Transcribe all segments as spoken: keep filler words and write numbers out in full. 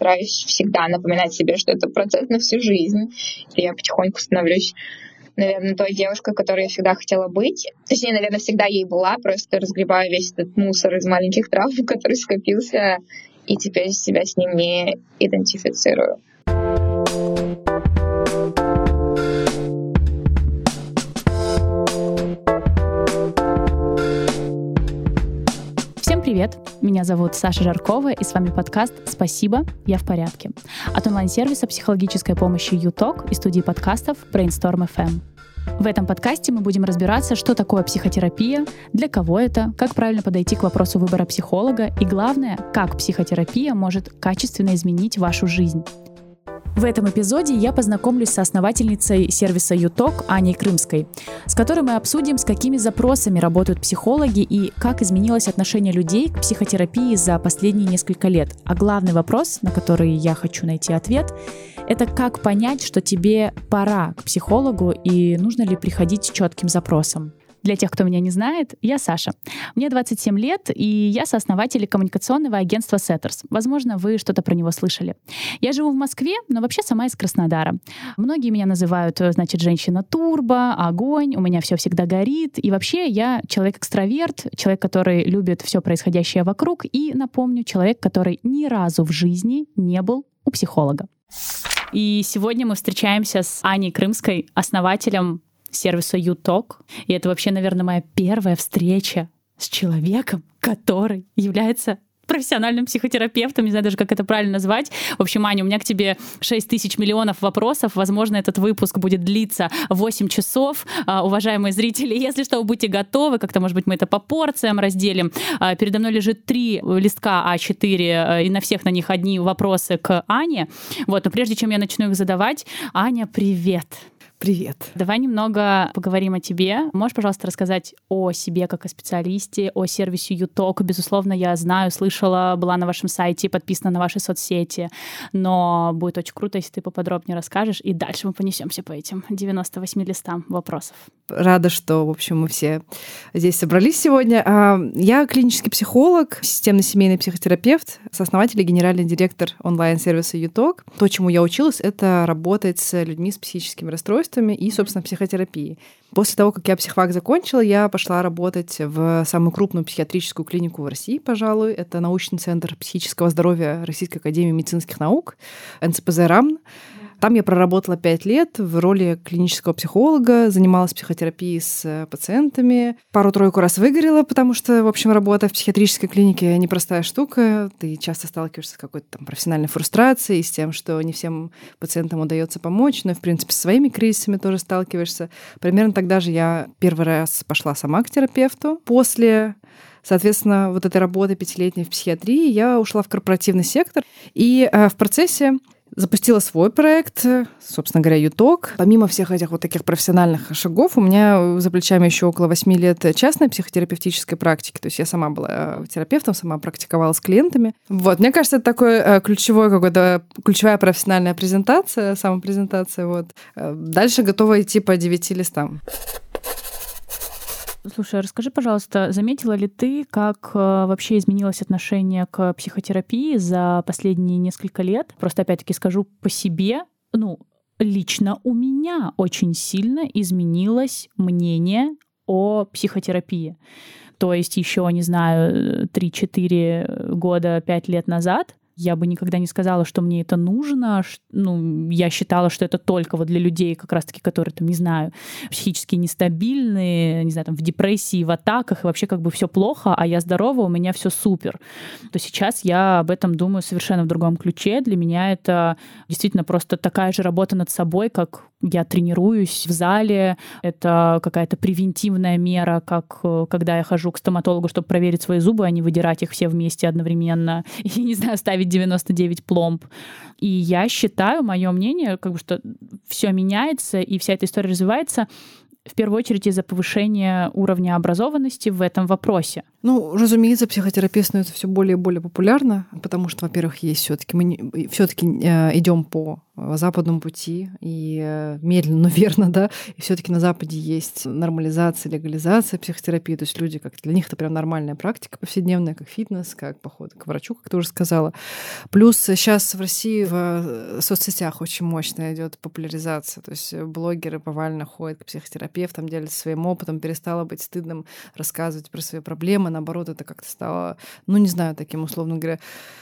стараюсь всегда напоминать себе, что это процесс на всю жизнь. И я потихоньку становлюсь, наверное, той девушкой, которой я всегда хотела быть. Точнее, наверное, всегда ей была, просто разгребаю весь этот мусор из маленьких травм, который скопился, и теперь себя с ним не идентифицирую. Привет, меня зовут Саша Жаркова, и с вами подкаст «Спасибо, я в порядке» от онлайн-сервиса психологической помощи YouTalk и студии подкастов Brainstorm эф эм. В этом подкасте мы будем разбираться, что такое психотерапия, для кого это, как правильно подойти к вопросу выбора психолога и, главное, как психотерапия может качественно изменить вашу жизнь. В этом эпизоде я познакомлюсь с основательницей сервиса YouTalk Аней Крымской, с которой мы обсудим, с какими запросами работают психологи и как изменилось отношение людей к психотерапии за последние несколько лет. А главный вопрос, на который я хочу найти ответ, это как понять, что тебе пора к психологу и нужно ли приходить с четким запросом. Для тех, кто меня не знает, я Саша. Мне двадцать семь лет, и я сооснователь коммуникационного агентства Setters. Возможно, вы что-то про него слышали. Я живу в Москве, но вообще сама из Краснодара. Многие меня называют, значит, женщина-турбо, огонь, у меня все всегда горит. И вообще я человек-экстраверт, человек, который любит все происходящее вокруг. И, напомню, человек, который ни разу в жизни не был у психолога. И сегодня мы встречаемся с Аней Крымской, основателем сервиса YouTalk. И это вообще, наверное, моя первая встреча с человеком, который является профессиональным психотерапевтом, не знаю даже, как это правильно назвать. В общем, Аня, у меня к тебе шесть тысяч миллионов вопросов. Возможно, этот выпуск будет длиться восемь часов. Uh, уважаемые зрители, если что, вы будьте готовы. Как-то, может быть, мы это по порциям разделим. Uh, передо мной лежит три листка а четыре, uh, и на всех на них одни вопросы к Ане. Вот, но прежде чем я начну их задавать, Аня, привет! Привет. Давай немного поговорим о тебе. Можешь, пожалуйста, рассказать о себе как о специалисте, о сервисе YouTalk? Безусловно, я знаю, слышала, была на вашем сайте, подписана на ваши соцсети, но будет очень круто, если ты поподробнее расскажешь, и дальше мы понесемся по этим девяноста восьми листам вопросов. Рада, что, в общем, мы все здесь собрались сегодня. Я клинический психолог, системно-семейный психотерапевт, сооснователь и генеральный директор онлайн-сервиса YouTalk. То, чему я училась, это работать с людьми с психическими расстройствами и, собственно, психотерапии. После того, как я психфак закончила, я пошла работать в самую крупную психиатрическую клинику в России, пожалуй. Это научный центр психического здоровья Российской академии медицинских наук, эн цэ пэ зэ РАМН. Там я проработала пять лет в роли клинического психолога, занималась психотерапией с пациентами. Пару-тройку раз выгорела, потому что, в общем, работа в психиатрической клинике непростая штука. Ты часто сталкиваешься с какой-то там профессиональной фрустрацией, с тем, что не всем пациентам удается помочь, но и, в принципе, со своими кризисами тоже сталкиваешься. Примерно тогда же я первый раз пошла сама к терапевту. После Соответственно, вот этой работы пятилетней в психиатрии я ушла в корпоративный сектор. И э, в процессе запустила свой проект, собственно говоря, YouTalk. Помимо всех этих вот таких профессиональных шагов, у меня за плечами еще около восьми лет частной психотерапевтической практики. То есть я сама была терапевтом, сама практиковала с клиентами. Вот. Мне кажется, это такой ключевой какой-то, ключевая профессиональная презентация, самопрезентация. Вот. Дальше готова идти по девяти листам. Слушай, расскажи, пожалуйста, заметила ли ты, как э, вообще изменилось отношение к психотерапии за последние несколько лет? Просто опять-таки скажу по себе, ну, лично у меня очень сильно изменилось мнение о психотерапии. То есть еще, не знаю, три-четыре года, пять лет назад я бы никогда не сказала, что мне это нужно. Ну, я считала, что это только вот для людей, как раз-таки, которые, там, не знаю, психически нестабильные, не знаю, там, в депрессии, в атаках, и вообще как бы все плохо, а я здорова, у меня все супер. То сейчас я об этом думаю совершенно в другом ключе. Для меня это действительно просто такая же работа над собой, как я тренируюсь в зале. Это какая-то превентивная мера, как когда я хожу к стоматологу, чтобы проверить свои зубы, а не выдирать их все вместе одновременно. И, не знаю, ставить девяносто девять пломб. И я считаю, мое мнение, как бы, что все меняется, и вся эта история развивается в первую очередь из-за повышения уровня образованности в этом вопросе. Ну, разумеется, психотерапия становится все более и более популярна, потому что, во-первых, есть все-таки мы все-таки идем по западном пути, и медленно, но верно, да, и все-таки на Западе есть нормализация, легализация психотерапии, то есть люди, как для них это прям нормальная практика повседневная, как фитнес, как поход к врачу, как ты уже сказала. Плюс сейчас в России в соцсетях очень мощно идет популяризация, то есть блогеры повально ходят к психотерапевтам, делятся своим опытом, перестало быть стыдным рассказывать про свои проблемы, наоборот, это как-то стало, ну, не знаю, таким, условно говоря,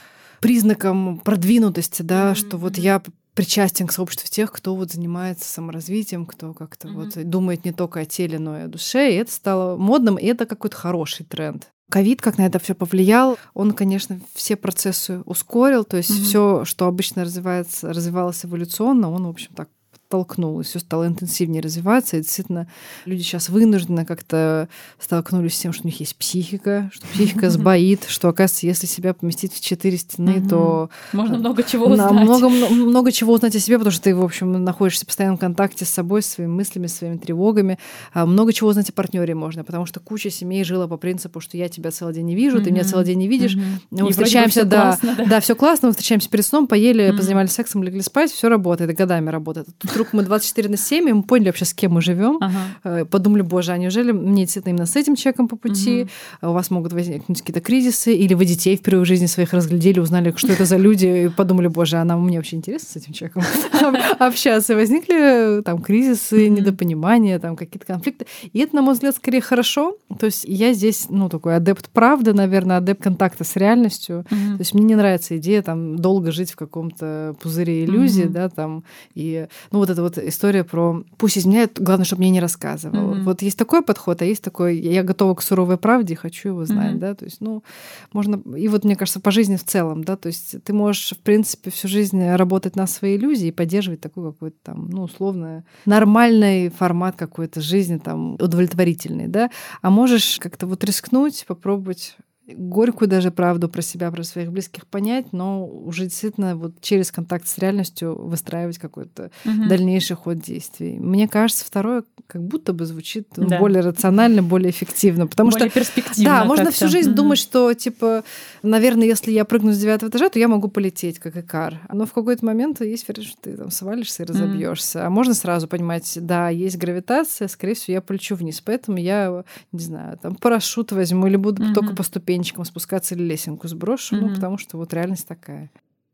признаком продвинутости, да, mm-hmm. что вот я причастен к сообществу тех, кто вот занимается саморазвитием, кто как-то mm-hmm. вот думает не только о теле, но и о душе, и это стало модным, и это какой-то хороший тренд. Ковид, как на это все повлиял, он, конечно, все процессы ускорил, то есть mm-hmm. все, что обычно развивается, развивалось эволюционно, он, в общем, так толкнул, и все стало интенсивнее развиваться, и действительно люди сейчас вынужденно как-то столкнулись с тем, что у них есть психика, что психика сбоит, что, оказывается, если себя поместить в четыре стены, то... Можно много чего узнать. Много, много чего узнать о себе, потому что ты, в общем, находишься в постоянном контакте с собой, с своими мыслями, своими тревогами. Много чего узнать о партнере можно, потому что куча семей жила по принципу, что я тебя целый день не вижу, ты меня целый день не видишь. Мы встречаемся, да, да, все классно, мы встречаемся перед сном, поели, позанимались сексом, легли спать, все работает, и годами работает. Вдруг мы двадцать четыре на семь, и мы поняли вообще, с кем мы живем. Ага. Подумали, боже, а неужели мне действительно именно с этим человеком по пути? Угу. У вас могут возникнуть какие-то кризисы, или вы детей впервые в жизни своих разглядели, узнали, что это за люди, и подумали, боже, а нам мне вообще интересно с этим человеком общаться. И возникли там кризисы, недопонимания, там какие-то конфликты. И это, на мой взгляд, скорее хорошо. То есть я здесь, ну, такой адепт правды, наверное, адепт контакта с реальностью. То есть мне не нравится идея там долго жить в каком-то пузыре иллюзий, да, там, и, ну, вот это вот история про «пусть изменяет, главное, чтобы мне не рассказывал». Mm-hmm. Вот есть такой подход, а есть такой «я готова к суровой правде и хочу его знать». Mm-hmm. Да? То есть, ну, можно... И вот, мне кажется, по жизни в целом, да, то есть ты можешь, в принципе, всю жизнь работать на свои иллюзии и поддерживать такой какой-то там, ну, условно, нормальный формат какой-то жизни, там, удовлетворительный, да, а можешь как-то вот рискнуть, попробовать горькую даже правду про себя, про своих близких понять, но уже действительно вот через контакт с реальностью выстраивать какой-то угу. дальнейший ход действий. Мне кажется, второе как будто бы звучит да. более рационально, более эффективно, потому более что перспективно. Да, можно как-то. всю жизнь угу. думать, что типа, наверное, если я прыгну с девятого этажа, то я могу полететь, как Икар. Но в какой-то момент есть вероятность, что ты там свалишься и разобьешься. Угу. А можно сразу понимать, да, есть гравитация, скорее всего, я полечу вниз, поэтому я, не знаю, там парашют возьму или буду угу. только по ступеням спускаться или лесенку сброшу, mm-hmm. ну, потому что вот реальность такая.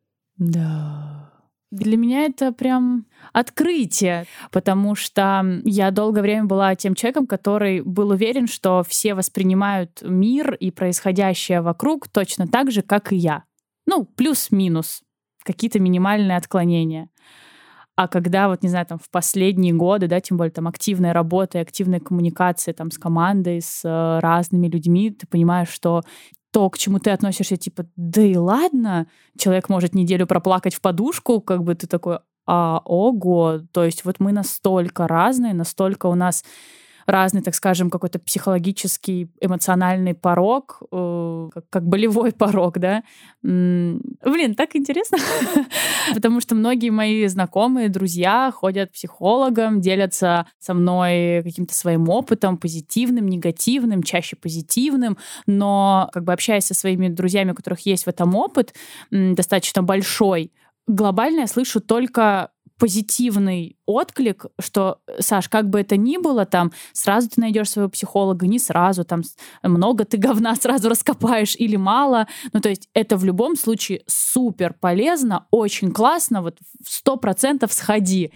Да. Для меня это прям открытие, потому что я долгое время была тем человеком, который был уверен, что все воспринимают мир и происходящее вокруг точно так же, как и я. Ну, плюс-минус, какие-то минимальные отклонения. А когда, вот, не знаю, там, в последние годы, да, тем более там активная работа и активная коммуникация там с командой, с э, разными людьми, ты понимаешь, что то, к чему ты относишься, типа, да и ладно, человек может неделю проплакать в подушку, как бы ты такой, а, ого, то есть вот мы настолько разные, настолько у нас разный, так скажем, какой-то психологический, эмоциональный порог, э, как, как болевой порог, да. М-м, блин, так интересно, потому что многие мои знакомые, друзья ходят к психологам, делятся со мной каким-то своим опытом, позитивным, негативным, чаще позитивным, но как бы общаясь со своими друзьями, у которых есть в этом опыт м, достаточно большой, глобально я слышу только позитивный отклик, что, Саш, как бы это ни было, там, сразу ты найдешь своего психолога, не сразу, там, много ты говна сразу раскопаешь или мало. Ну, то есть это в любом случае супер полезно, очень классно, вот сто процентов сходи.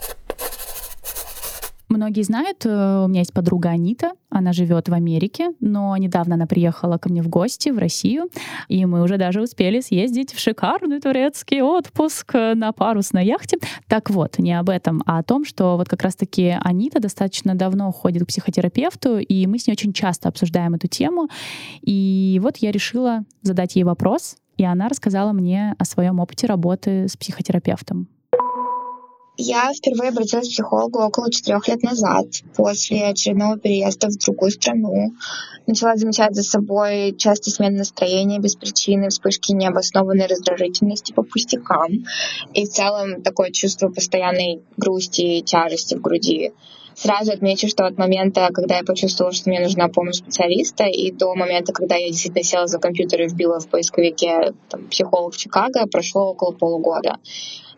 Многие знают, у меня есть подруга Анита, она живет в Америке, но недавно она приехала ко мне в гости в Россию, и мы уже даже успели съездить в шикарный турецкий отпуск на парусной яхте. Так вот, не об этом, а о том, что вот как раз-таки Анита достаточно давно ходит к психотерапевту, и мы с ней очень часто обсуждаем эту тему. И вот я решила задать ей вопрос, и она рассказала мне о своем опыте работы с психотерапевтом. Я впервые обратилась к психологу около четырех лет назад, после очередного переезда в другую страну. Начала замечать за собой часто смены настроения без причины, вспышки необоснованной раздражительности по пустякам. И в целом такое чувство постоянной грусти и тяжести в груди. Сразу отмечу, что от момента, когда я почувствовала, что мне нужна помощь специалиста, и до момента, когда я действительно села за компьютер и вбила в поисковике там, «психолог в Чикаго», прошло около полугода.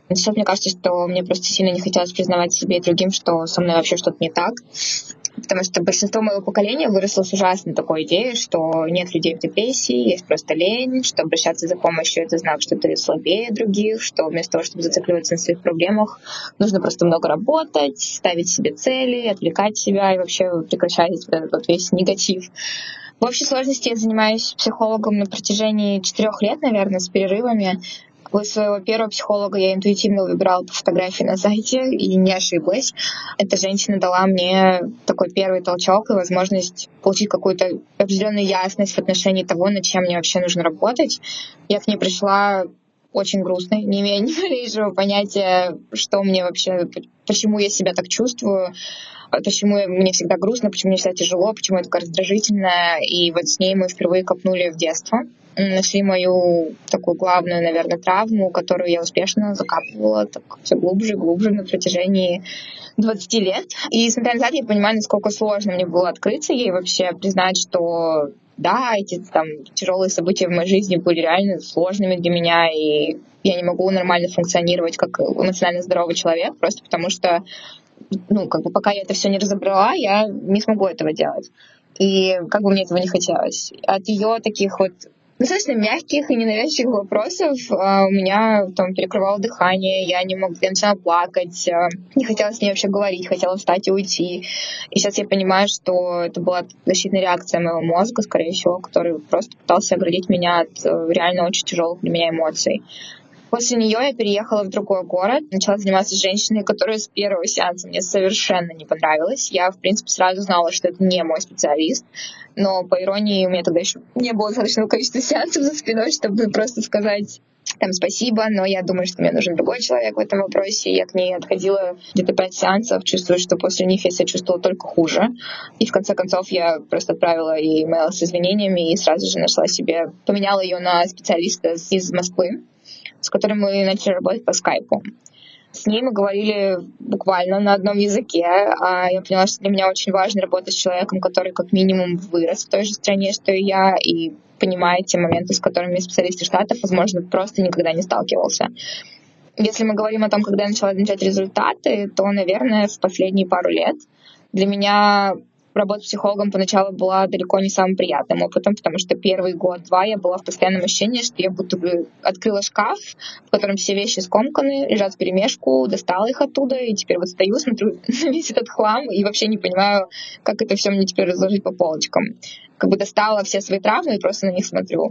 Сейчас мне кажется, что мне просто сильно не хотелось признавать себе и другим, что со мной вообще что-то не так. Потому что большинство моего поколения выросло с ужасной такой идеей, что нет людей в депрессии, есть просто лень, что обращаться за помощью — это знак, что ты слабее других, что вместо того, чтобы зацикливаться на своих проблемах, нужно просто много работать, ставить себе цели, отвлекать себя и вообще прекращать вот этот вот весь негатив. В общей сложности я занимаюсь психологом на протяжении четырех лет, наверное, с перерывами. У своего первого психолога я интуитивно выбирала по фотографии на сайте и не ошиблась. Эта женщина дала мне такой первый толчок и возможность получить какую-то определенную ясность в отношении того, над чем мне вообще нужно работать. Я к ней пришла очень грустной, не имея ни малейшего понятия, что мне вообще, почему я себя так чувствую, почему мне всегда грустно, почему мне всегда тяжело, почему я такая раздражительная. И вот с ней мы впервые копнули в детство. Нашли мою такую главную, наверное, травму, которую я успешно закапывала так все глубже и глубже на протяжении двадцати лет. И смотря назад, я понимаю, насколько сложно мне было открыться ей, вообще признать, что да, эти там тяжелые события в моей жизни были реально сложными для меня, и я не могу нормально функционировать как эмоционально здоровый человек, просто потому что, ну, как бы пока я это все не разобрала, я не смогу этого делать. И как бы мне этого не хотелось. От ее таких вот достаточно мягких и ненавязчивых вопросов uh, у меня там перекрывало дыхание, я не могла, я начинала плакать, uh, не хотела с ней вообще говорить, хотела встать и уйти. И сейчас я понимаю, что это была защитная реакция моего мозга, скорее всего, который просто пытался оградить меня от uh, реально очень тяжелых для меня эмоций. После нее я переехала в другой город, начала заниматься с женщиной, которая с первого сеанса мне совершенно не понравилась. Я, в принципе, сразу знала, что это не мой специалист, но, по иронии, у меня тогда еще не было достаточного количества сеансов за спиной, чтобы просто сказать там спасибо, но я думаю, что мне нужен другой человек в этом вопросе. Я к ней отходила где-то пять сеансов, чувствую, что после них я себя чувствовала только хуже. И в конце концов я просто отправила ей имейл с извинениями и сразу же нашла себе, поменяла ее на специалиста из Москвы, с которым мы начали работать по скайпу. С ней мы говорили буквально на одном языке, а я поняла, что для меня очень важно работать с человеком, который как минимум вырос в той же стране, что и я, и понимает те моменты, с которыми специалист из Штатов, возможно, просто никогда не сталкивался. Если мы говорим о том, когда я начала замечать результаты, то, наверное, в последние пару лет для меня работа психологом поначалу была далеко не самым приятным опытом, потому что первый год-два я была в постоянном ощущении, что я будто бы открыла шкаф, в котором все вещи скомканы, лежат вперемешку, достала их оттуда, и теперь вот стою, смотрю на весь этот хлам и вообще не понимаю, как это все мне теперь разложить по полочкам. Как бы достала все свои травмы и просто на них смотрю.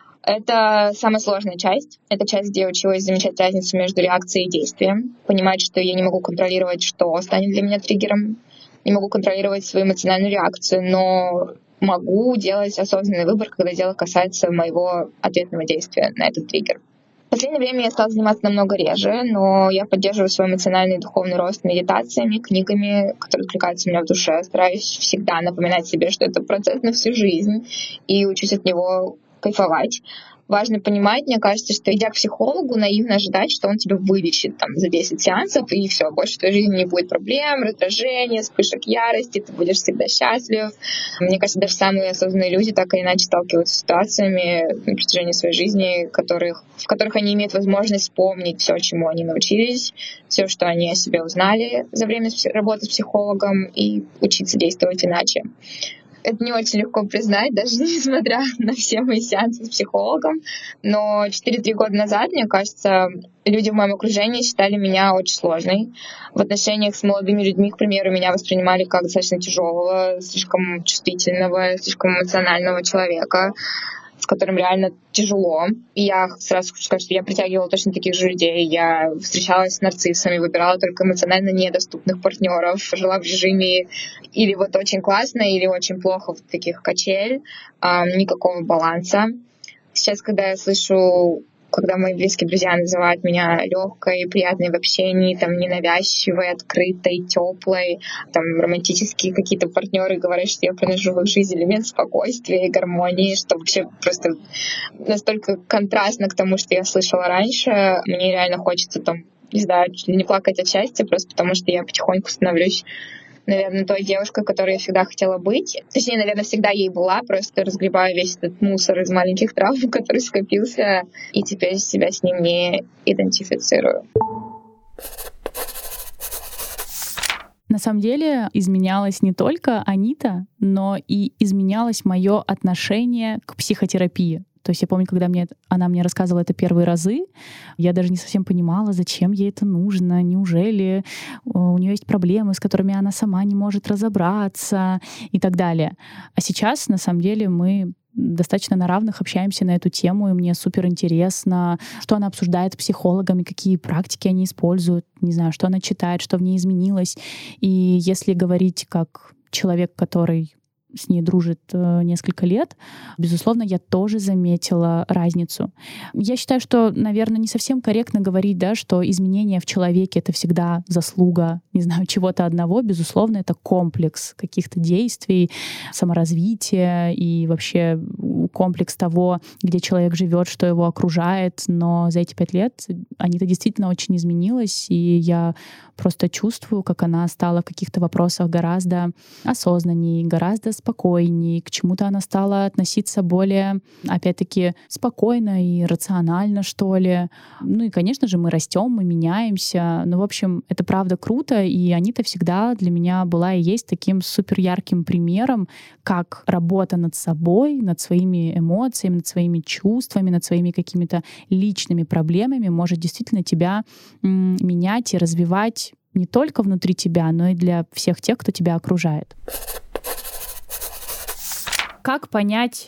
Это самая сложная часть. Это часть, где я училась замечать разницу между реакцией и действием, понимать, что я не могу контролировать, что станет для меня триггером, не могу контролировать свою эмоциональную реакцию, но могу делать осознанный выбор, когда дело касается моего ответного действия на этот триггер. В последнее время я стала заниматься намного реже, но я поддерживаю свой эмоциональный и духовный рост медитациями, книгами, которые откликаются у меня в душе. Стараюсь всегда напоминать себе, что это процесс на всю жизнь, и учусь от него кайфовать. Важно понимать, мне кажется, что идя к психологу, наивно ожидать, что он тебя вылечит там, за десять сеансов, и все, больше в твоей жизни не будет проблем, раздражения, вспышек ярости, ты будешь всегда счастлив. Мне кажется, даже самые осознанные люди так или иначе сталкиваются с ситуациями на протяжении своей жизни, которых, в которых они имеют возможность вспомнить все, чему они научились, все, что они о себе узнали за время работы с психологом, и учиться действовать иначе. Это не очень легко признать, даже несмотря на все мои сеансы с психологом. Но четыре-три года назад, мне кажется, люди в моем окружении считали меня очень сложной. В отношениях с молодыми людьми, к примеру, меня воспринимали как достаточно тяжелого, слишком чувствительного, слишком эмоционального человека, с которым реально тяжело. И я сразу хочу сказать, что я притягивала точно таких же людей. Я встречалась с нарциссами, выбирала только эмоционально недоступных партнеров, жила в режиме или вот очень классно, или очень плохо, в таких качель, а, никакого баланса. Сейчас, когда я слышу, когда мои близкие друзья называют меня легкой, приятной в общении, там, ненавязчивой, открытой, теплой, там, романтические какие-то партнеры говорят, что я приношу в их жизнь элемент спокойствия и гармонии, что вообще просто настолько контрастно к тому, что я слышала раньше. Мне реально хочется там, не знаю, чуть ли не плакать от счастья, просто потому что я потихоньку становлюсь, наверное, той девушкой, которой я всегда хотела быть. Точнее, наверное, всегда ей была, просто разгребаю весь этот мусор из маленьких травм, который скопился, и теперь себя с ним не идентифицирую. На самом деле изменялась не только Анита, но и изменялось мое отношение к психотерапии. То есть я помню, когда мне, она мне рассказывала это первые разы, я даже не совсем понимала, зачем ей это нужно, неужели у нее есть проблемы, с которыми она сама не может разобраться и так далее. А сейчас, на самом деле, мы достаточно на равных общаемся на эту тему, и мне супер интересно, что она обсуждает с психологами, какие практики они используют, не знаю, что она читает, что в ней изменилось. И если говорить как человек, который с ней дружит несколько лет, безусловно, я тоже заметила разницу. Я считаю, что, наверное, не совсем корректно говорить, да, что изменения в человеке — это всегда заслуга, не знаю, чего-то одного. Безусловно, это комплекс каких-то действий, саморазвития и вообще комплекс того, где человек живет, что его окружает. Но за эти пять лет Анита действительно очень изменилась, и я просто чувствую, как она стала в каких-то вопросах гораздо осознаннее, гораздо спокойнее, к чему-то она стала относиться более, опять-таки, спокойно и рационально, что ли. Ну и, конечно же, мы растем, мы меняемся. Ну, в общем, это правда круто, и Анита всегда для меня была и есть таким супер ярким примером, как работа над собой, над своими эмоциями, над своими чувствами, над своими какими-то личными проблемами может действительно тебя м, менять и развивать не только внутри тебя, но и для всех тех, кто тебя окружает. Как понять,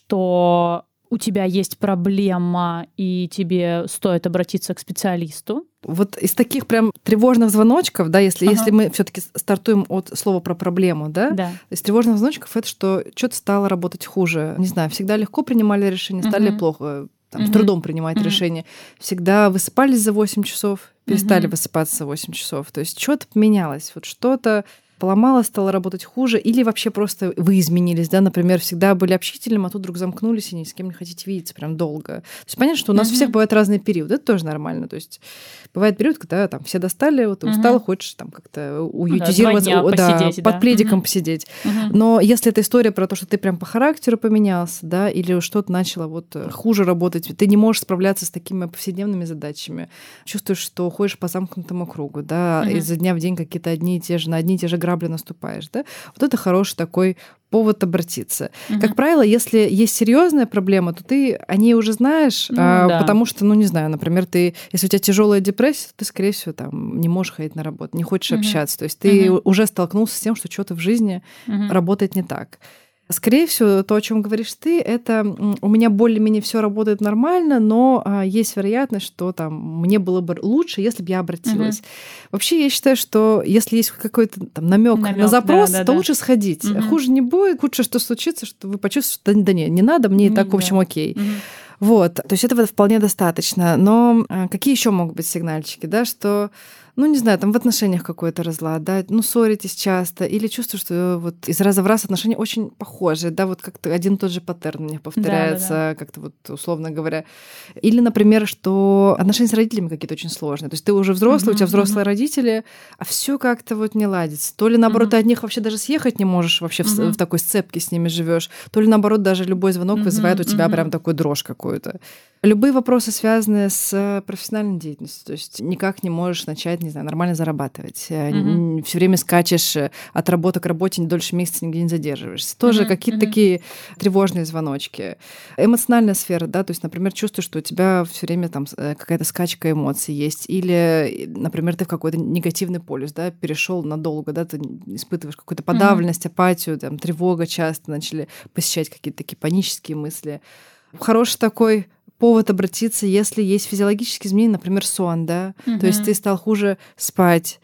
что у тебя есть проблема, и тебе стоит обратиться к специалисту? Вот из таких прям тревожных звоночков, да, если, ага. если мы все-таки стартуем от слова про проблему, да, да. из тревожных звоночков это что что-то стало работать хуже. Не знаю, всегда легко принимали решения, стали uh-huh. плохо, там, uh-huh. с трудом принимать uh-huh. решения. Всегда высыпались за восемь часов, перестали uh-huh. высыпаться за восемь часов. То есть что-то поменялось, вот что-то поломалось, стало работать хуже, или вообще просто вы изменились, да, например, всегда были общительным, а тут вдруг замкнулись и ни с кем не хотите видеться прям долго. То есть понятно, что у нас uh-huh. у всех бывают разные периоды, это тоже нормально. То есть бывает период, когда там все достали, вот ты uh-huh. устала, хочешь там как-то уютизироваться, ну, да, да, посидеть, под да. пледиком uh-huh. посидеть. Uh-huh. Но если это история про то, что ты прям по характеру поменялся, да, или что-то начало вот хуже работать, ты не можешь справляться с такими повседневными задачами, чувствуешь, что ходишь по замкнутому кругу, да, uh-huh. изо дня в день какие-то одни и те же, на одни и те же грабли наступаешь. Да? Вот это хороший такой повод обратиться. Угу. Как правило, если есть серьезная проблема, то ты о ней уже знаешь, ну, а, да. потому что, ну, не знаю, например, ты, если у тебя тяжелая депрессия, то ты, скорее всего, там не можешь ходить на работу, не хочешь угу. общаться. То есть ты угу. уже столкнулся с тем, что что-то в жизни угу. работает не так. Скорее всего, то, о чем говоришь ты, это у меня более-менее все работает нормально, но а, есть вероятность, что там мне было бы лучше, если бы я обратилась. Угу. Вообще, я считаю, что если есть какой-то там намек на запрос, да, да, то да. лучше сходить. Угу. Хуже не будет. Худшее, что случится, что вы почувствуете, что да, да не, не надо, мне и так, в общем, окей. Угу. Вот, то есть этого вполне достаточно. Но какие еще могут быть сигнальчики, да, что, ну, не знаю, там в отношениях какой-то разлад, да, ну, ссоритесь часто, или чувствую, что вот из раза в раз отношения очень похожи, да, вот как-то один и тот же паттерн у них повторяется, да, да, да. как-то вот, условно говоря. Или, например, что отношения с родителями какие-то очень сложные. То есть ты уже взрослый, uh-huh, у тебя взрослые uh-huh. родители, а все как-то вот не ладится. То ли, наоборот, uh-huh. ты от них вообще даже съехать не можешь, вообще uh-huh. в, в такой сцепке с ними живешь, то ли, наоборот, даже любой звонок uh-huh, вызывает у тебя uh-huh. прям такой дрожь какую-то. Любые вопросы, связанные с профессиональной деятельностью, то есть никак не можешь начать, не знаю, нормально зарабатывать, mm-hmm. все время скачешь от работы к работе, не дольше месяца нигде не задерживаешься. Тоже mm-hmm. какие-то mm-hmm. такие тревожные звоночки. Эмоциональная сфера, да, то есть, например, чувствуешь, что у тебя все время там какая-то скачка эмоций есть, или, например, ты в какой-то негативный полюс, да, перешел надолго, да, ты испытываешь какую-то подавленность, mm-hmm. апатию, там, тревога часто, начали посещать какие-то такие панические мысли. Хороший такой повод обратиться, если есть физиологические изменения, например, сон, да, uh-huh. то есть ты стал хуже спать.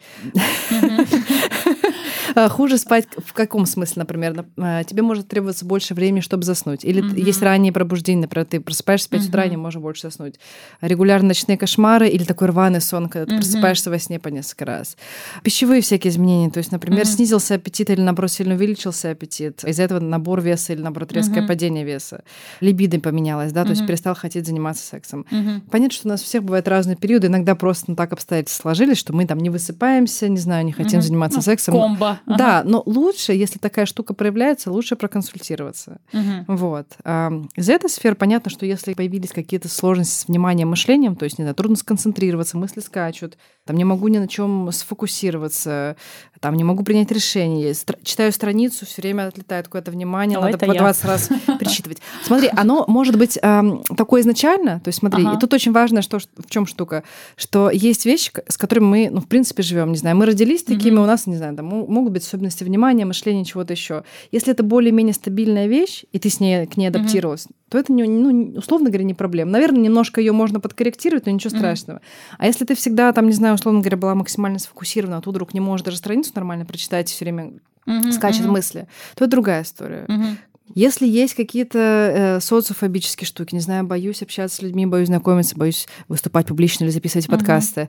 Uh-huh. Хуже спать в каком смысле, например? Тебе может требоваться больше времени, чтобы заснуть. Или uh-huh. есть раннее пробуждение, например, ты просыпаешься в пять uh-huh. утра, не можешь больше заснуть. Регулярно ночные кошмары или такой рваный сон, когда ты uh-huh. просыпаешься во сне по несколько раз. Пищевые всякие изменения, то есть, например, uh-huh. снизился аппетит или, наоборот, сильно увеличился аппетит. Из-за этого набор веса или, наоборот, резкое uh-huh. падение веса. Либидо поменялось, да, то uh-huh. есть перестал хотеть заниматься сексом. Uh-huh. Понятно, что у нас у всех бывают разные периоды, иногда просто ну, так обстоятельства сложились, что мы там не высыпаемся, не знаю, не хотим uh-huh. заниматься ну, сексом. Комбо. Да, ага. Да, но лучше, если такая штука проявляется, лучше проконсультироваться. Угу. Вот. Из этой сферы понятно, что если появились какие-то сложности с вниманием, мышлением, то есть, не знаю, трудно сконцентрироваться, мысли скачут, там не могу ни на чем сфокусироваться, там не могу принять решение, Стр- читаю страницу, все время отлетает куда-то внимание, О, надо по я. двадцать раз перечитывать. Смотри, оно может быть эм, такое изначально, то есть смотри, Ага. и тут очень важно, что, в чем штука, что есть вещи, с которыми мы, ну, в принципе, живем, не знаю, мы родились такими, Мгм. у нас, не знаю, там могут быть особенности внимания, мышления, чего-то еще. Если это более-менее стабильная вещь, и ты с ней, к ней адаптировалась, то это, не, ну, условно говоря, не проблема. Наверное, немножко ее можно подкорректировать, но ничего Мгм. страшного. А если ты всегда, там, не знаю, условно говоря, была максимально сфокусирована, а тут вдруг не можешь даже страницу нормально прочитать, все время Мгм, скачет мгм, мысли, то это другая история. мгм. Если есть какие-то э, социофобические штуки, не знаю, боюсь общаться с людьми, боюсь знакомиться, боюсь выступать публично или записывать Мгм. подкасты.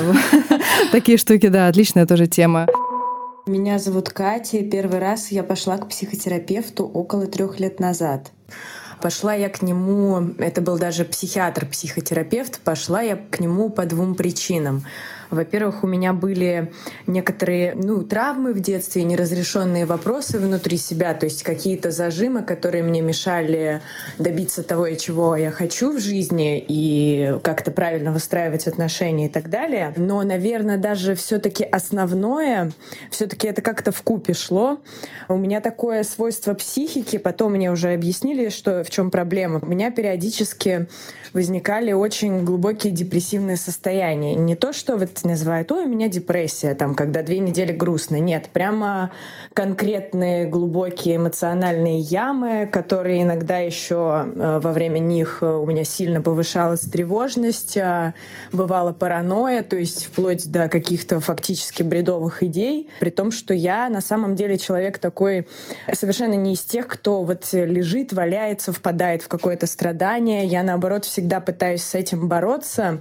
Такие штуки, да, отличная тоже тема. Меня зовут Катя. Первый раз я пошла к психотерапевту около трех лет назад. Пошла я к нему, это был даже психиатр-психотерапевт, пошла я к нему по двум причинам. Во-первых, у меня были некоторые ну, травмы в детстве, неразрешенные вопросы внутри себя, то есть какие-то зажимы, которые мне мешали добиться того, чего я хочу в жизни, и как-то правильно выстраивать отношения и так далее. Но, наверное, даже все-таки основное, все-таки это как-то вкупе шло. У меня такое свойство психики, потом мне уже объяснили, что в чем проблема. У меня периодически возникали очень глубокие депрессивные состояния. Не то, что вот называют, ой, у меня депрессия, там, когда две недели грустно. Нет, прямо конкретные глубокие эмоциональные ямы, которые иногда еще во время них у меня сильно повышалась тревожность, бывала паранойя, то есть вплоть до каких-то фактически бредовых идей, при том, что я на самом деле человек такой совершенно не из тех, кто вот лежит, валяется, впадает в какое-то страдание. Я, наоборот, всегда пытаюсь с этим бороться.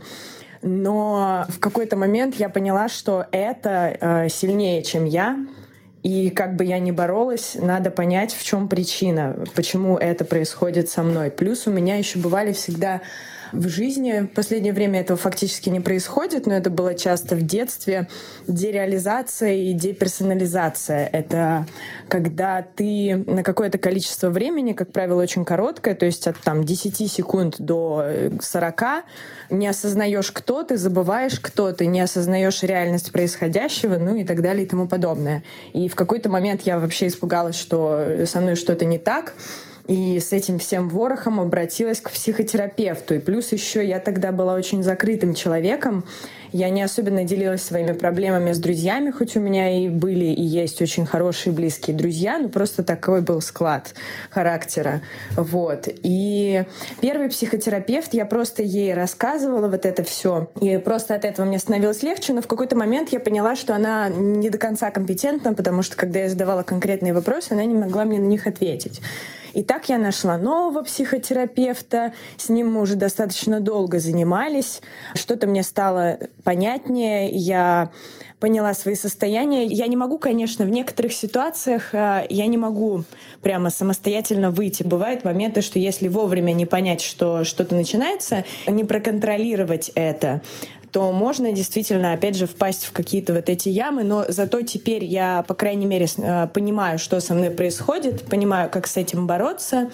Но в какой-то момент я поняла, что это э, сильнее, чем я. И как бы я ни боролась, надо понять, в чем причина, почему это происходит со мной. Плюс у меня еще бывали всегда в жизни, в последнее время этого фактически не происходит, но это было часто в детстве, дереализация и деперсонализация. Это когда ты на какое-то количество времени, как правило, очень короткое, то есть от там, десяти секунд до сорока, не осознаешь, кто ты, забываешь, кто ты, не осознаешь реальность происходящего, ну и так далее и тому подобное. И в какой-то момент я вообще испугалась, что со мной что-то не так, и с этим всем ворохом обратилась к психотерапевту. И плюс еще я тогда была очень закрытым человеком. Я не особенно делилась своими проблемами с друзьями, хоть у меня и были, и есть очень хорошие близкие друзья, но просто такой был склад характера. Вот. И первый психотерапевт, я просто ей рассказывала вот это все, и просто от этого мне становилось легче, но в какой-то момент я поняла, что она не до конца компетентна, потому что когда я задавала конкретные вопросы, она не могла мне на них ответить. И так я нашла нового психотерапевта, с ним мы уже достаточно долго занимались, что-то мне стало понятнее, я поняла свои состояния. Я не могу, конечно, в некоторых ситуациях, я не могу прямо самостоятельно выйти. Бывают моменты, что если вовремя не понять, что что-то начинается, не проконтролировать это, то можно действительно, опять же, впасть в какие-то вот эти ямы, но зато теперь я, по крайней мере, понимаю, что со мной происходит, понимаю, как с этим бороться,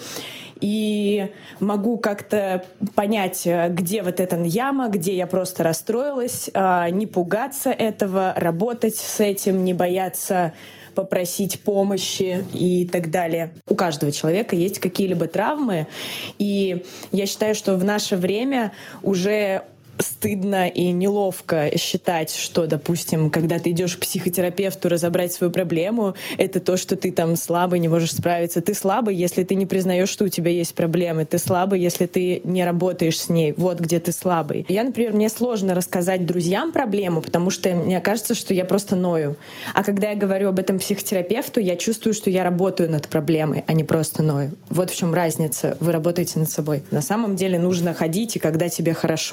и могу как-то понять, где вот эта яма, где я просто расстроилась, не пугаться этого, работать с этим, не бояться попросить помощи и так далее. У каждого человека есть какие-либо травмы, и я считаю, что в наше время уже стыдно и неловко считать, что, допустим, когда ты идешь к психотерапевту разобрать свою проблему, это то, что ты там слабый, не можешь справиться. Ты слабый, если ты не признаешь, что у тебя есть проблемы. Ты слабый, если ты не работаешь с ней. Вот где ты слабый. Я, например, мне сложно рассказать друзьям проблему, потому что мне кажется, что я просто ною. А когда я говорю об этом психотерапевту, я чувствую, что я работаю над проблемой, а не просто ною. Вот в чем разница. Вы работаете над собой. На самом деле нужно ходить, и когда тебе хорошо.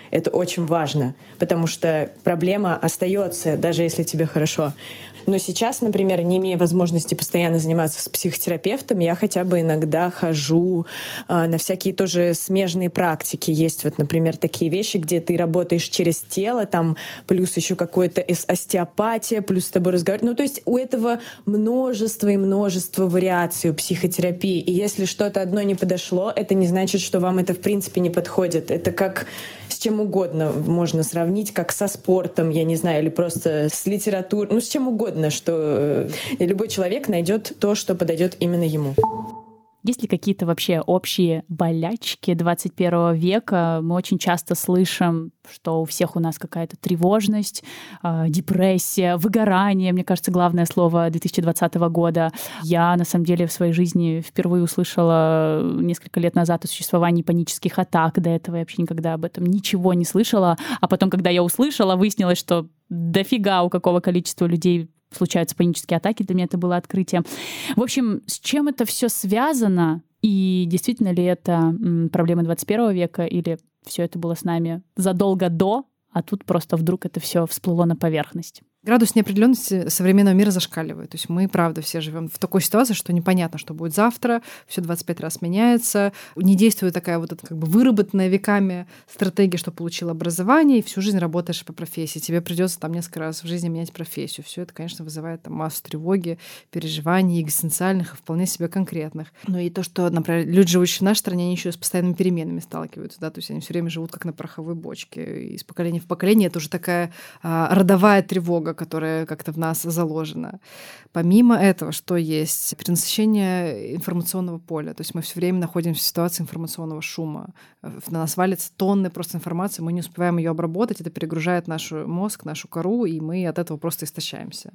Это очень важно, потому что проблема остается, даже если тебе хорошо. Но сейчас, например, не имея возможности постоянно заниматься с психотерапевтом, я хотя бы иногда хожу э, на всякие тоже смежные практики. Есть вот, например, такие вещи, где ты работаешь через тело, там плюс еще какое-то остеопатия, плюс с тобой разговаривать. Ну, то есть у этого множество и множество вариаций у психотерапии. И если что-то одно не подошло, это не значит, что вам это в принципе не подходит. Это как с чем угодно можно сравнить, как со спортом, я не знаю, или просто с литературой, ну, с чем угодно, что любой человек найдет то, что подойдет именно ему. Есть ли какие-то вообще общие болячки двадцать первого века? Мы очень часто слышим, что у всех у нас какая-то тревожность, э, депрессия, выгорание. Мне кажется, главное слово две тысячи двадцатого года. Я, на самом деле, в своей жизни впервые услышала несколько лет назад о существовании панических атак. До этого я вообще никогда об этом ничего не слышала. А потом, когда я услышала, выяснилось, что дофига у какого количества людей случаются панические атаки. Для меня это было открытие. В общем, с чем это все связано? И действительно ли это проблема двадцать первого века, или все это было с нами задолго до, а тут просто вдруг это все всплыло на поверхность? Градус неопределенности современного мира зашкаливает. То есть мы, правда, все живем в такой ситуации, что непонятно, что будет завтра, все двадцать пять раз меняется, не действует такая вот эта как бы выработанная веками стратегия, что получил образование, и всю жизнь работаешь по профессии. Тебе придется там несколько раз в жизни менять профессию. Все это, конечно, вызывает там массу тревоги, переживаний экзистенциальных и вполне себе конкретных. Ну и то, что, например, люди, живущие в нашей стране, они еще с постоянными переменами сталкиваются, да, то есть они все время живут как на пороховой бочке. И из поколения в поколение это уже такая а, родовая тревога, которая как-то в нас заложена. Помимо этого, что есть? Перенасыщение информационного поля. То есть мы все время находимся в ситуации информационного шума. На нас валятся тонны просто информации, мы не успеваем ее обработать, это перегружает наш мозг, нашу кору, и мы от этого просто истощаемся.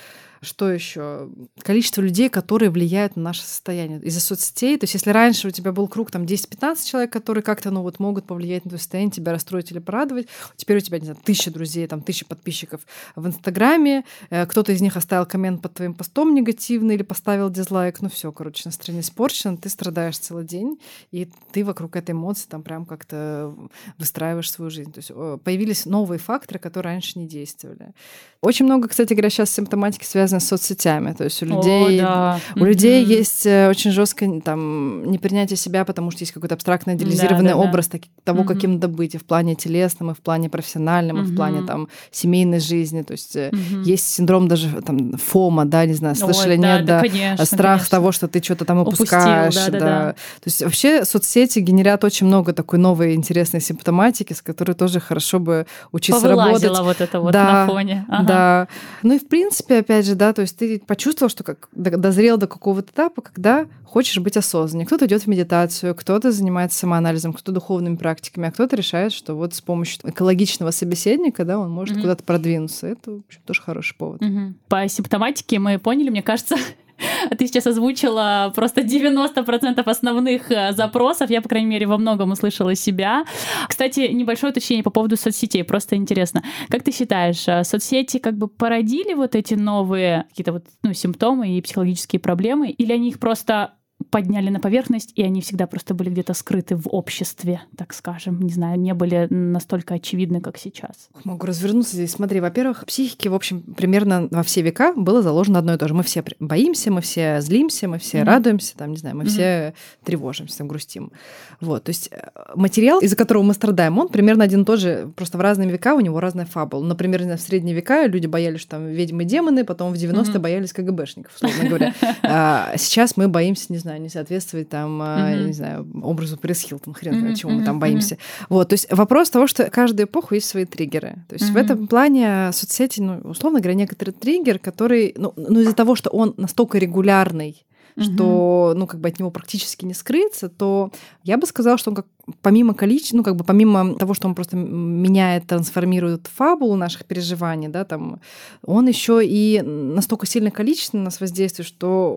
Что еще? Количество людей, которые влияют на наше состояние из-за соцсетей. То есть если раньше у тебя был круг там десять-пятнадцать человек, которые как-то ну, вот, могут повлиять на твое состояние, тебя расстроить или порадовать, теперь у тебя, не знаю, тысяча друзей, там, тысяча подписчиков в Инстаграме, кто-то из них оставил коммент под твоим постом негативный или поставил дизлайк, ну все, короче, настроение испорчено, ты страдаешь целый день, и ты вокруг этой эмоции там прям как-то выстраиваешь свою жизнь. То есть появились новые факторы, которые раньше не действовали. Очень много, кстати говоря, сейчас симптоматики связаны с соцсетями. То есть у людей, О, да. у mm-hmm. людей есть очень жесткое там, непринятие себя, потому что есть какой-то абстрактно идеализированный да, да, образ да. того, mm-hmm. каким надо быть и в плане телесном, и в плане профессиональном, mm-hmm. и в плане там, семейной жизни. То есть mm-hmm. есть синдром даже там, фома, да, не знаю, слышали, Ой, нет, да, да, конечно, страх конечно. того, что ты что-то там упускаешь. Упустил, да, да, да. Да. То есть вообще соцсети генерят очень много такой новой интересной симптоматики, с которой тоже хорошо бы учиться Повылазила работать. вот это вот да, на фоне. Ага. Да. Ну и в принципе, опять же, да, то есть ты почувствовал, что как дозрел до какого-то этапа, когда хочешь быть осознаннее. Кто-то идет в медитацию, кто-то занимается самоанализом, кто-то духовными практиками, а кто-то решает, что вот с помощью экологичного собеседника, да, он может mm-hmm. куда-то продвинуться. Это, в общем, тоже хороший повод. Mm-hmm. По симптоматике мы поняли, мне кажется, ты сейчас озвучила просто девяносто процентов основных запросов. Я, по крайней мере, во многом услышала себя. Кстати, небольшое уточнение по поводу соцсетей. Просто интересно. Как ты считаешь, соцсети как бы породили вот эти новые какие-то вот, ну, симптомы и психологические проблемы? Или они их просто подняли на поверхность, и они всегда просто были где-то скрыты в обществе, так скажем, не знаю, не были настолько очевидны, как сейчас? Могу развернуться здесь. Смотри, во-первых, психике, в общем, примерно во все века было заложено одно и то же. Мы все боимся, мы все злимся, мы все mm-hmm. радуемся, там, не знаю, мы mm-hmm. все тревожимся, там, грустим. Вот, то есть материал, из-за которого мы страдаем, он примерно один и тот же, просто в разные века у него разная фабула. Например, в средние века люди боялись, что там ведьмы и демоны, потом в девяностые mm-hmm. боялись КГБшников, условно говоря. Сейчас мы боимся, не знаю, не соответствовать там, mm-hmm. не знаю, образу Пэрис Хилтон, хрен знает, mm-hmm. чему мы там боимся. Mm-hmm. Вот, то есть вопрос того, что каждую эпоху есть свои триггеры. То есть mm-hmm. в этом плане соцсети, ну, условно говоря, некоторый триггер, который, ну, ну из-за того, что он настолько регулярный, mm-hmm. что, ну, как бы от него практически не скрыться, то я бы сказала, что он как помимо количества, ну, как бы помимо того, что он просто меняет, трансформирует фабулу наших переживаний, да, там, он еще и настолько сильно количественно нас воздействует, что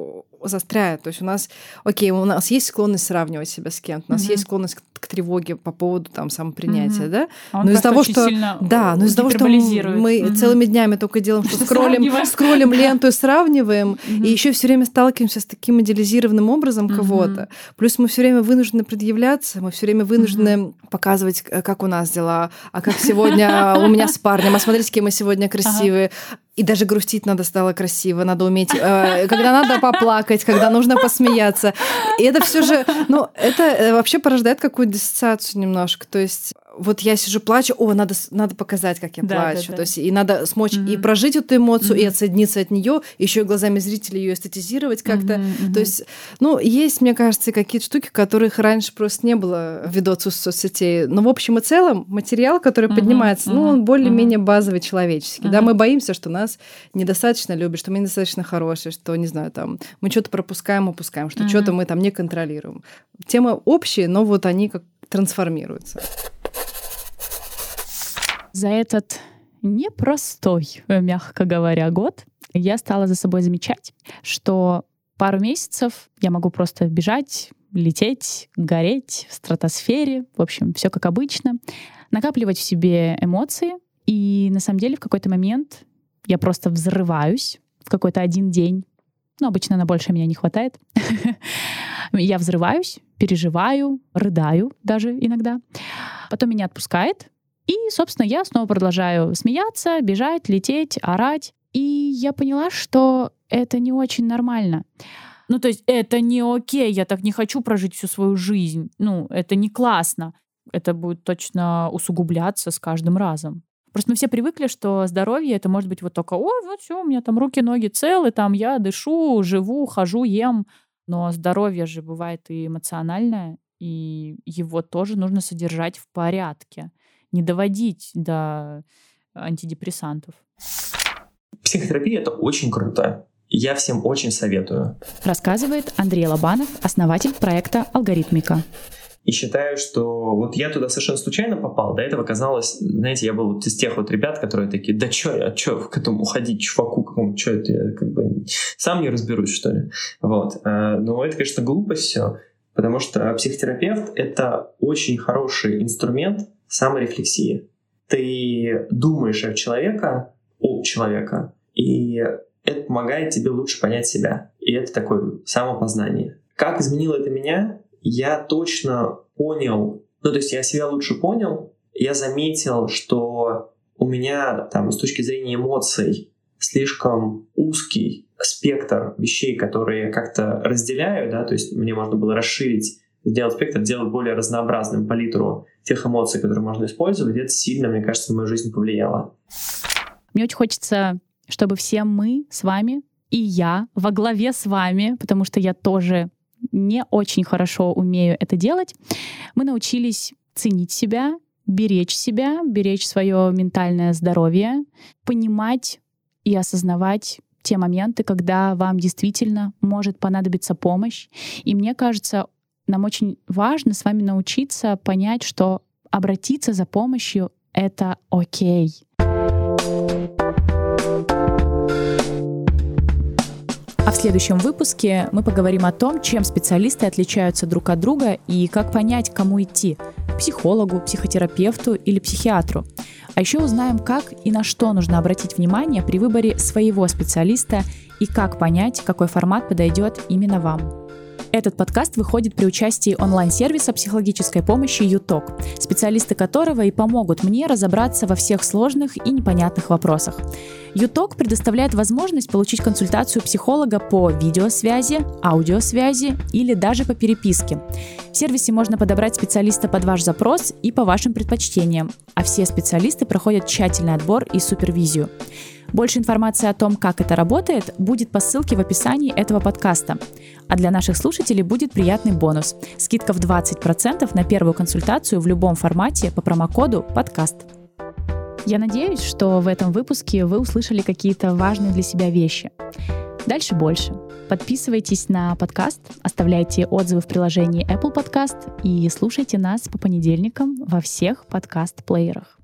застряет. То есть у нас, окей, у нас есть склонность сравнивать себя с кем-то, у нас mm-hmm. есть склонность к, к тревоге по поводу там самопринятия, mm-hmm. да? А он но из-за того, что да, но из-за того, что мы mm-hmm. целыми днями только делаем, что скроллим, скроллим ленту и сравниваем, mm-hmm. и еще все время сталкиваемся с таким идеализированным образом mm-hmm. кого-то. Плюс мы все время вынуждены предъявляться, мы все время вынуждены mm-hmm. показывать, как у нас дела, а как сегодня у меня с парнем, а смотрите, какие мы сегодня красивые. И даже грустить надо стало красиво, надо уметь, э, когда надо поплакать, когда нужно посмеяться. И это все же, ну, это вообще порождает какую-то диссоциацию немножко. То есть вот я сижу, плачу, о, надо, надо показать, как я да, плачу. Да, да. То есть и надо смочь mm-hmm. и прожить эту эмоцию, mm-hmm. и отсоединиться от нее, еще и глазами зрителей ее эстетизировать как-то. Mm-hmm. То есть, ну, есть, мне кажется, какие-то штуки, которых раньше просто не было ввиду отсутствия соцсетей. Но в общем и целом материал, который mm-hmm. поднимается, mm-hmm. ну, он более-менее mm-hmm. базовый, человеческий. Mm-hmm. Да, мы боимся, что нас недостаточно любят, что мы недостаточно хорошие, что, не знаю, там, мы что-то пропускаем, упускаем, что mm-hmm. что-то мы там не контролируем. Темы общие, но вот они как трансформируются. За этот непростой, мягко говоря, год я стала за собой замечать, что пару месяцев я могу просто бежать, лететь, гореть в стратосфере, в общем, все как обычно, накапливать в себе эмоции, и на самом деле в какой-то момент я просто взрываюсь в какой-то один день. Ну, обычно на больше меня не хватает. Я взрываюсь, переживаю, рыдаю даже иногда. Потом меня отпускает, и, собственно, я снова продолжаю смеяться, бежать, лететь, орать. И я поняла, что это не очень нормально. Ну, то есть это не окей, я так не хочу прожить всю свою жизнь. Ну, это не классно. Это будет точно усугубляться с каждым разом. Просто мы все привыкли, что здоровье — это может быть вот только «Ой, вот все, у меня там руки, ноги целы, там я дышу, живу, хожу, ем». Но здоровье же бывает и эмоциональное, и его тоже нужно содержать в порядке. Не доводить до антидепрессантов. Психотерапия — это очень круто. Я всем очень советую. Рассказывает Андрей Лобанов, основатель проекта «Алгоритмика». И считаю, что вот я туда совершенно случайно попал. До этого казалось, знаете, я был вот из тех вот ребят, которые такие, да чё я, чё к этому уходить, чуваку, какому, чё это я как бы сам не разберусь, что ли. Вот. Но это, конечно, глупо все, потому что психотерапевт — это очень хороший инструмент саморефлексии. Ты думаешь о человека, об человека, и это помогает тебе лучше понять себя. И это такое самопознание. Как изменило это меня? Я точно понял, ну то есть я себя лучше понял, я заметил, что у меня там с точки зрения эмоций слишком узкий спектр вещей, которые я как-то разделяю, да, то есть мне можно было расширить, сделать спектр, сделать более разнообразным палитру тех эмоций, которые можно использовать, и это сильно, мне кажется, на мою жизнь повлияло. Мне очень хочется, чтобы все мы с вами, и я во главе с вами, потому что я тоже не очень хорошо умею это делать, мы научились ценить себя, беречь себя, беречь свое ментальное здоровье, понимать и осознавать те моменты, когда вам действительно может понадобиться помощь. И мне кажется, нам очень важно с вами научиться понять, что обратиться за помощью — это окей. А в следующем выпуске мы поговорим о том, чем специалисты отличаются друг от друга и как понять, к кому идти — психологу, психотерапевту или психиатру. А еще узнаем, как и на что нужно обратить внимание при выборе своего специалиста и как понять, какой формат подойдет именно вам. Этот подкаст выходит при участии онлайн-сервиса психологической помощи Юток, специалисты которого и помогут мне разобраться во всех сложных и непонятных вопросах. Юток предоставляет возможность получить консультацию психолога по видеосвязи, аудиосвязи или даже по переписке. В сервисе можно подобрать специалиста под ваш запрос и по вашим предпочтениям, а все специалисты проходят тщательный отбор и супервизию. Больше информации о том, как это работает, будет по ссылке в описании этого подкаста. А для наших слушателей будет приятный бонус – скидка в двадцать процентов на первую консультацию в любом формате по промокоду «Подкаст». Я надеюсь, что в этом выпуске вы услышали какие-то важные для себя вещи. Дальше больше. Подписывайтесь на подкаст, оставляйте отзывы в приложении Apple Podcast и слушайте нас по понедельникам во всех подкаст-плеерах.